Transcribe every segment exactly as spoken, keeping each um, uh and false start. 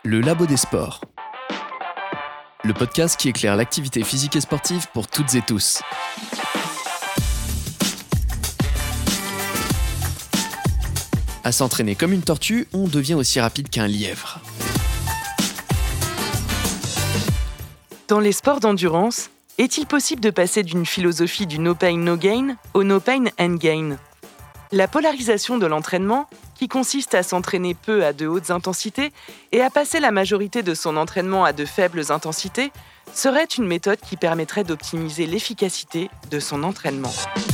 Le Labo des Sports. Le podcast qui éclaire l'activité physique et sportive pour toutes et tous. À s'entraîner comme une tortue, on devient aussi rapide qu'un lièvre. Dans les sports d'endurance, est-il possible de passer d'une philosophie du no pain no gain au no pain and gain ? La polarisation de l'entraînement, qui consiste à s'entraîner peu à de hautes intensités et à passer la majorité de son entraînement à de faibles intensités, serait une méthode qui permettrait d'optimiser l'efficacité de son entraînement.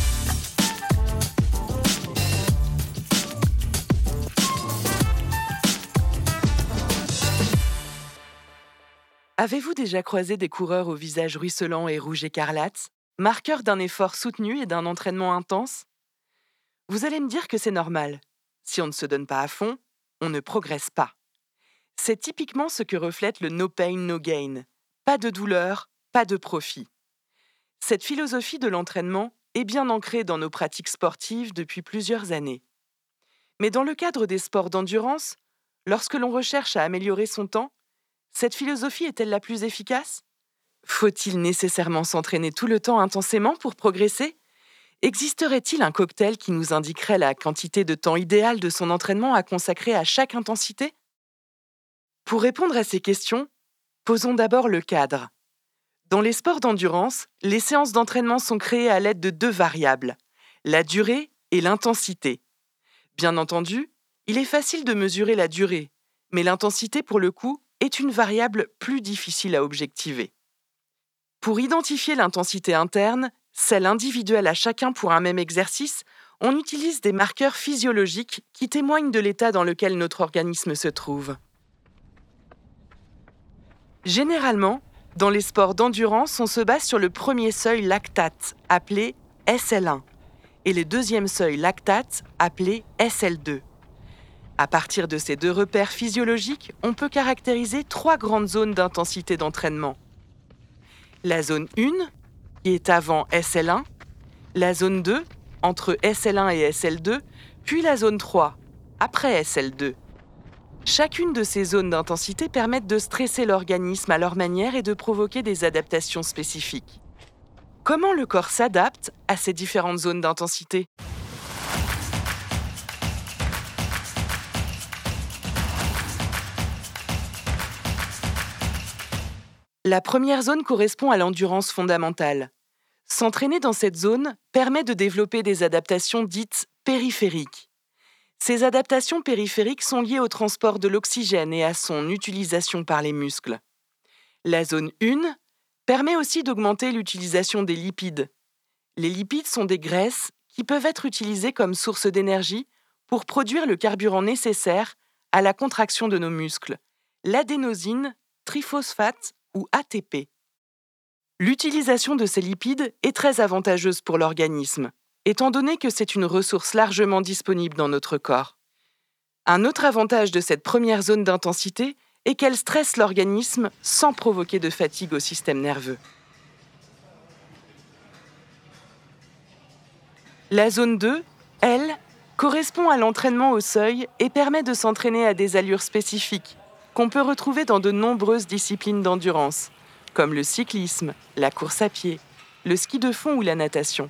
Avez-vous déjà croisé des coureurs au visage ruisselant et rouge écarlate, marqueurs d'un effort soutenu et d'un entraînement intense ? Vous allez me dire que c'est normal. Si on ne se donne pas à fond, on ne progresse pas. C'est typiquement ce que reflète le no pain no gain. Pas de douleur, pas de profit. Cette philosophie de l'entraînement est bien ancrée dans nos pratiques sportives depuis plusieurs années. Mais dans le cadre des sports d'endurance, lorsque l'on recherche à améliorer son temps, cette philosophie est-elle la plus efficace ? Faut-il nécessairement s'entraîner tout le temps intensément pour progresser ? Existerait-il un cocktail qui nous indiquerait la quantité de temps idéal de son entraînement à consacrer à chaque intensité ? Pour répondre à ces questions, posons d'abord le cadre. Dans les sports d'endurance, les séances d'entraînement sont créées à l'aide de deux variables, la durée et l'intensité. Bien entendu, il est facile de mesurer la durée, mais l'intensité, pour le coup, est une variable plus difficile à objectiver. Pour identifier l'intensité interne, celle individuelle à chacun pour un même exercice, on utilise des marqueurs physiologiques qui témoignent de l'état dans lequel notre organisme se trouve. Généralement, dans les sports d'endurance, on se base sur le premier seuil lactate, appelé S L un, et le deuxième seuil lactate, appelé S L deux. À partir de ces deux repères physiologiques, on peut caractériser trois grandes zones d'intensité d'entraînement. La zone un, qui est avant S L un, la zone deux, entre S L un et S L deux, puis la zone trois, après S L deux. Chacune de ces zones d'intensité permettent de stresser l'organisme à leur manière et de provoquer des adaptations spécifiques. Comment le corps s'adapte à ces différentes zones d'intensité ? La première zone correspond à l'endurance fondamentale. S'entraîner dans cette zone permet de développer des adaptations dites périphériques. Ces adaptations périphériques sont liées au transport de l'oxygène et à son utilisation par les muscles. La zone un permet aussi d'augmenter l'utilisation des lipides. Les lipides sont des graisses qui peuvent être utilisées comme source d'énergie pour produire le carburant nécessaire à la contraction de nos muscles, l'adénosine triphosphate ou A T P. L'utilisation de ces lipides est très avantageuse pour l'organisme, étant donné que c'est une ressource largement disponible dans notre corps. Un autre avantage de cette première zone d'intensité est qu'elle stresse l'organisme sans provoquer de fatigue au système nerveux. La zone deux, elle, correspond à l'entraînement au seuil et permet de s'entraîner à des allures spécifiques qu'on peut retrouver dans de nombreuses disciplines d'endurance, comme le cyclisme, la course à pied, le ski de fond ou la natation.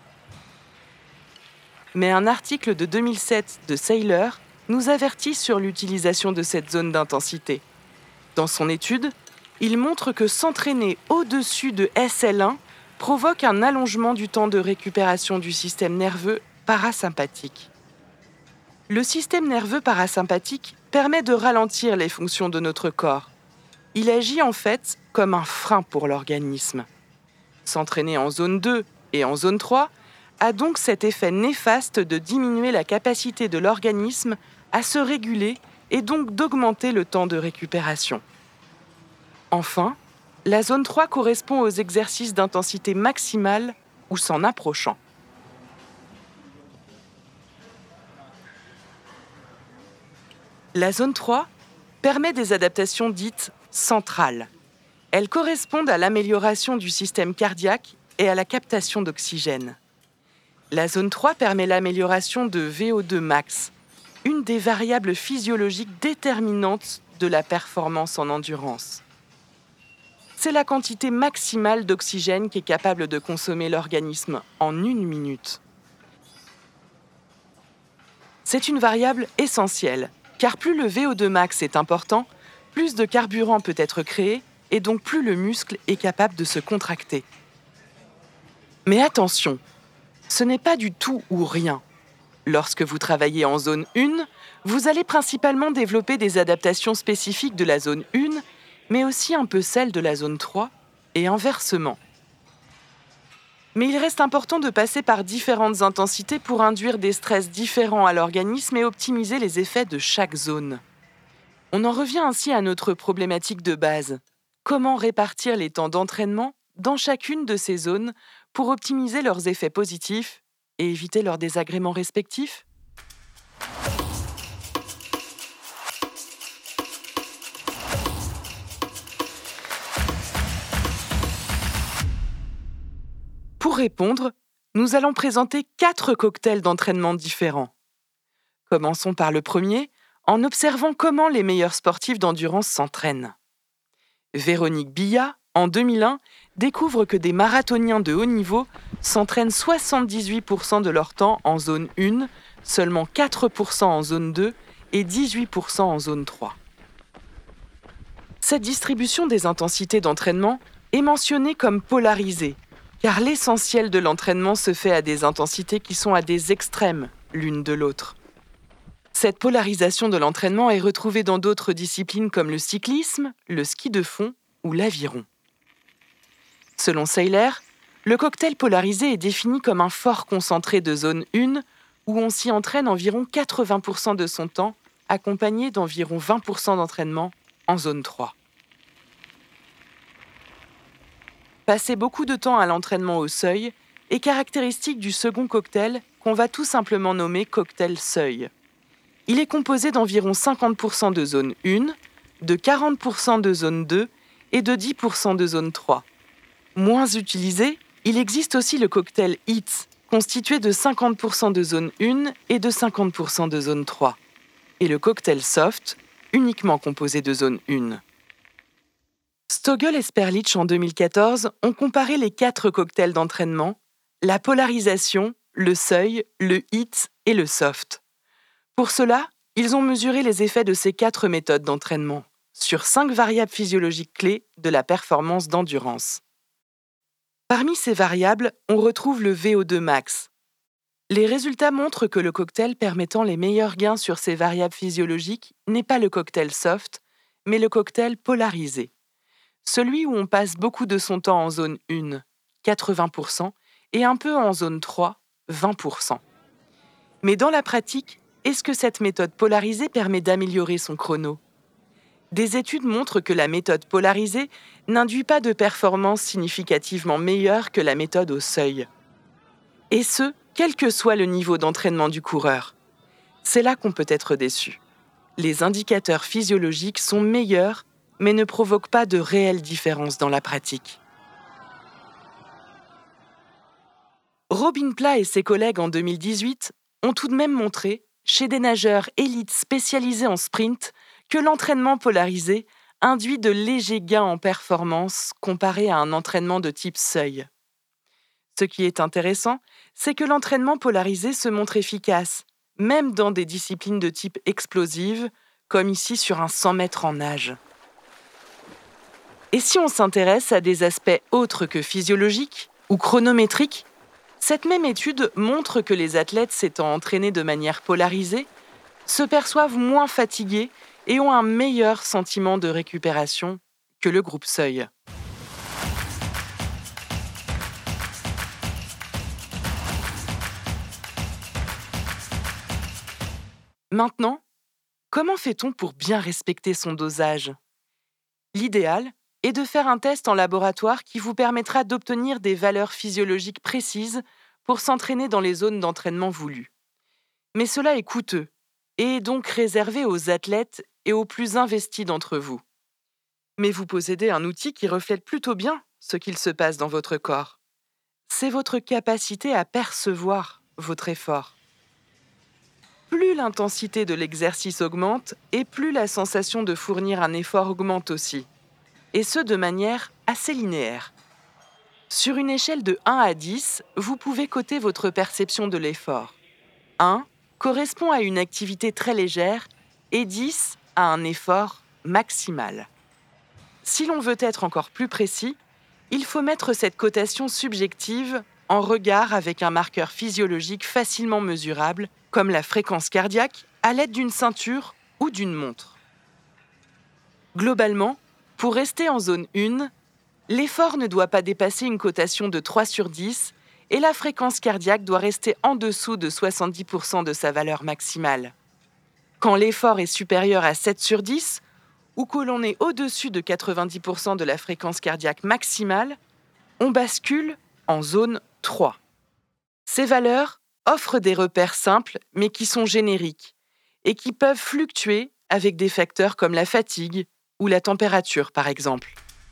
Mais un article de deux mille sept de Sailor nous avertit sur l'utilisation de cette zone d'intensité. Dans son étude, il montre que s'entraîner au-dessus de S L un provoque un allongement du temps de récupération du système nerveux parasympathique. Le système nerveux parasympathique permet de ralentir les fonctions de notre corps. Il agit en fait comme un frein pour l'organisme. S'entraîner en zone deux et en zone trois a donc cet effet néfaste de diminuer la capacité de l'organisme à se réguler et donc d'augmenter le temps de récupération. Enfin, la zone trois correspond aux exercices d'intensité maximale ou s'en approchant. La zone trois permet des adaptations dites centrales. Elles correspondent à l'amélioration du système cardiaque et à la captation d'oxygène. La zone trois permet l'amélioration de V O deux max, une des variables physiologiques déterminantes de la performance en endurance. C'est la quantité maximale d'oxygène qu'est capable de consommer l'organisme en une minute. C'est une variable essentielle, car plus le V O deux max est important, plus de carburant peut être créé et donc plus le muscle est capable de se contracter. Mais attention, ce n'est pas du tout ou rien. Lorsque vous travaillez en zone un, vous allez principalement développer des adaptations spécifiques de la zone un, mais aussi un peu celles de la zone trois, et inversement. Mais il reste important de passer par différentes intensités pour induire des stress différents à l'organisme et optimiser les effets de chaque zone. On en revient ainsi à notre problématique de base. Comment répartir les temps d'entraînement dans chacune de ces zones pour optimiser leurs effets positifs et éviter leurs désagréments respectifs ? Pour répondre, nous allons présenter quatre cocktails d'entraînement différents. Commençons par le premier, en observant comment les meilleurs sportifs d'endurance s'entraînent. Véronique Billat, en deux mille un, découvre que des marathoniens de haut niveau s'entraînent soixante-dix-huit pour cent de leur temps en zone un, seulement quatre pour cent en zone deux et dix-huit pour cent en zone trois. Cette distribution des intensités d'entraînement est mentionnée comme polarisée, car l'essentiel de l'entraînement se fait à des intensités qui sont à des extrêmes l'une de l'autre. Cette polarisation de l'entraînement est retrouvée dans d'autres disciplines comme le cyclisme, le ski de fond ou l'aviron. Selon Seiler, le cocktail polarisé est défini comme un fort concentré de zone un où on s'y entraîne environ quatre-vingts pour cent de son temps, accompagné d'environ vingt pour cent d'entraînement en zone trois. Passer beaucoup de temps à l'entraînement au seuil est caractéristique du second cocktail qu'on va tout simplement nommer cocktail seuil. Il est composé d'environ cinquante pour cent de zone un, de quarante pour cent de zone deux et de dix pour cent de zone trois. Moins utilisé, il existe aussi le cocktail H I I T, constitué de cinquante pour cent de zone un et de cinquante pour cent de zone trois, et le cocktail soft, uniquement composé de zone un. Stogel et Sperlich en deux mille quatorze ont comparé les quatre cocktails d'entraînement, la polarisation, le seuil, le H I I T et le soft. Pour cela, ils ont mesuré les effets de ces quatre méthodes d'entraînement sur cinq variables physiologiques clés de la performance d'endurance. Parmi ces variables, on retrouve le V O deux max. Les résultats montrent que le cocktail permettant les meilleurs gains sur ces variables physiologiques n'est pas le cocktail soft, mais le cocktail polarisé. Celui où on passe beaucoup de son temps en zone un, quatre-vingts pour cent, et un peu en zone trois, vingt pour cent. Mais dans la pratique, est-ce que cette méthode polarisée permet d'améliorer son chrono ? Des études montrent que la méthode polarisée n'induit pas de performance significativement meilleure que la méthode au seuil. Et ce, quel que soit le niveau d'entraînement du coureur. C'est là qu'on peut être déçu. Les indicateurs physiologiques sont meilleurs, mais ne provoquent pas de réelles différences dans la pratique. Robin Pla et ses collègues en deux mille dix-huit ont tout de même montré, chez des nageurs élites spécialisés en sprint, que l'entraînement polarisé induit de légers gains en performance comparé à un entraînement de type seuil. Ce qui est intéressant, c'est que l'entraînement polarisé se montre efficace, même dans des disciplines de type explosive, comme ici sur un cent mètres en nage. Et si on s'intéresse à des aspects autres que physiologiques ou chronométriques, cette même étude montre que les athlètes s'étant entraînés de manière polarisée se perçoivent moins fatigués et ont un meilleur sentiment de récupération que le groupe seuil. Maintenant, comment fait-on pour bien respecter son dosage ? L'idéal est de faire un test en laboratoire qui vous permettra d'obtenir des valeurs physiologiques précises pour s'entraîner dans les zones d'entraînement voulues. Mais cela est coûteux et est donc réservé aux athlètes et aux plus investis d'entre vous. Mais vous possédez un outil qui reflète plutôt bien ce qu'il se passe dans votre corps. C'est votre capacité à percevoir votre effort. plus l'intensité de l'exercice augmente et plus la sensation de fournir un effort augmente aussi, et ce de manière assez linéaire. Sur une échelle de un à dix, vous pouvez coter votre perception de l'effort. un correspond à une activité très légère et dix à un effort maximal. Si l'on veut être encore plus précis, il faut mettre cette cotation subjective en regard avec un marqueur physiologique facilement mesurable, comme la fréquence cardiaque, à l'aide d'une ceinture ou d'une montre. Globalement, pour rester en zone un, l'effort ne doit pas dépasser une cotation de trois sur dix et la fréquence cardiaque doit rester en dessous de soixante-dix pour cent de sa valeur maximale. Quand l'effort est supérieur à sept sur dix, ou que l'on est au-dessus de quatre-vingt-dix pour cent de la fréquence cardiaque maximale, on bascule en zone trois. Ces valeurs offrent des repères simples mais qui sont génériques et qui peuvent fluctuer avec des facteurs comme la fatigue ou la température par exemple.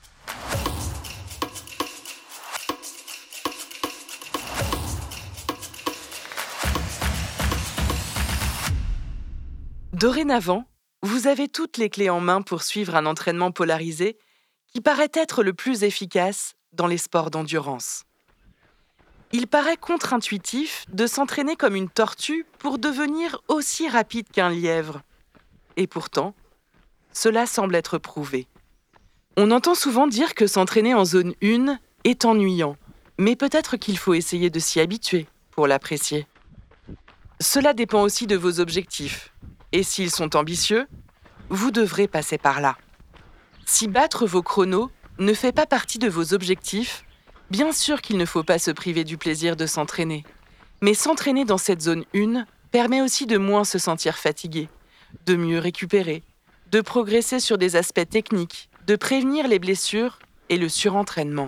Dorénavant, vous avez toutes les clés en main pour suivre un entraînement polarisé qui paraît être le plus efficace dans les sports d'endurance. Il paraît contre-intuitif de s'entraîner comme une tortue pour devenir aussi rapide qu'un lièvre. Et pourtant, cela semble être prouvé. On entend souvent dire que s'entraîner en zone un est ennuyant, mais peut-être qu'il faut essayer de s'y habituer pour l'apprécier. Cela dépend aussi de vos objectifs. Et s'ils sont ambitieux, vous devrez passer par là. Si battre vos chronos ne fait pas partie de vos objectifs, bien sûr qu'il ne faut pas se priver du plaisir de s'entraîner. Mais s'entraîner dans cette zone un permet aussi de moins se sentir fatigué, de mieux récupérer, de progresser sur des aspects techniques, de prévenir les blessures et le surentraînement.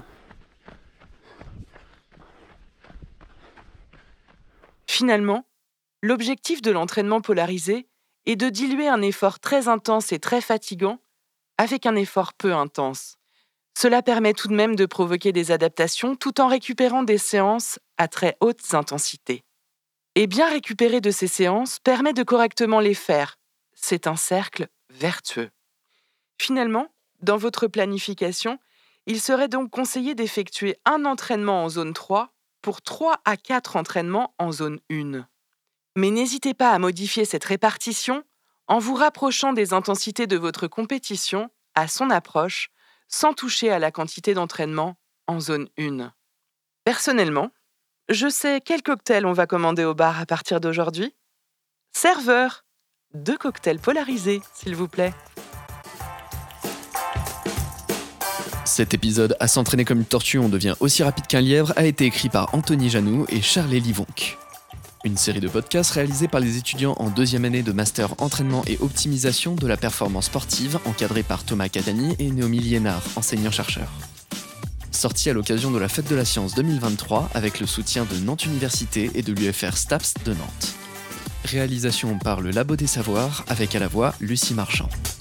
Finalement, l'objectif de l'entraînement polarisé est de diluer un effort très intense et très fatigant avec un effort peu intense. Cela permet tout de même de provoquer des adaptations tout en récupérant des séances à très hautes intensités. Et bien récupérer de ces séances permet de correctement les faire. C'est un cercle vertueux. Finalement, dans votre planification, il serait donc conseillé d'effectuer un entraînement en zone trois pour trois à quatre entraînements en zone un. Mais n'hésitez pas à modifier cette répartition en vous rapprochant des intensités de votre compétition à son approche, sans toucher à la quantité d'entraînement en zone un. Personnellement, je sais quel cocktail on va commander au bar à partir d'aujourd'hui. Serveur, deux cocktails polarisés, s'il vous plaît. Cet épisode « À s'entraîner comme une tortue, on devient aussi rapide qu'un lièvre » a été écrit par Anthony Janoux et Charles-Élie Vonck. Une série de podcasts réalisés par les étudiants en deuxième année de master entraînement et optimisation de la performance sportive, encadrés par Thomas Cadani et Noémie Liénard, enseignants-chercheurs. Sorti à l'occasion de la Fête de la Science deux mille vingt-trois avec le soutien de Nantes Université et de l'U F R STAPS de Nantes. Réalisation par le Labo des Savoirs avec à la voix Lucie Marchand.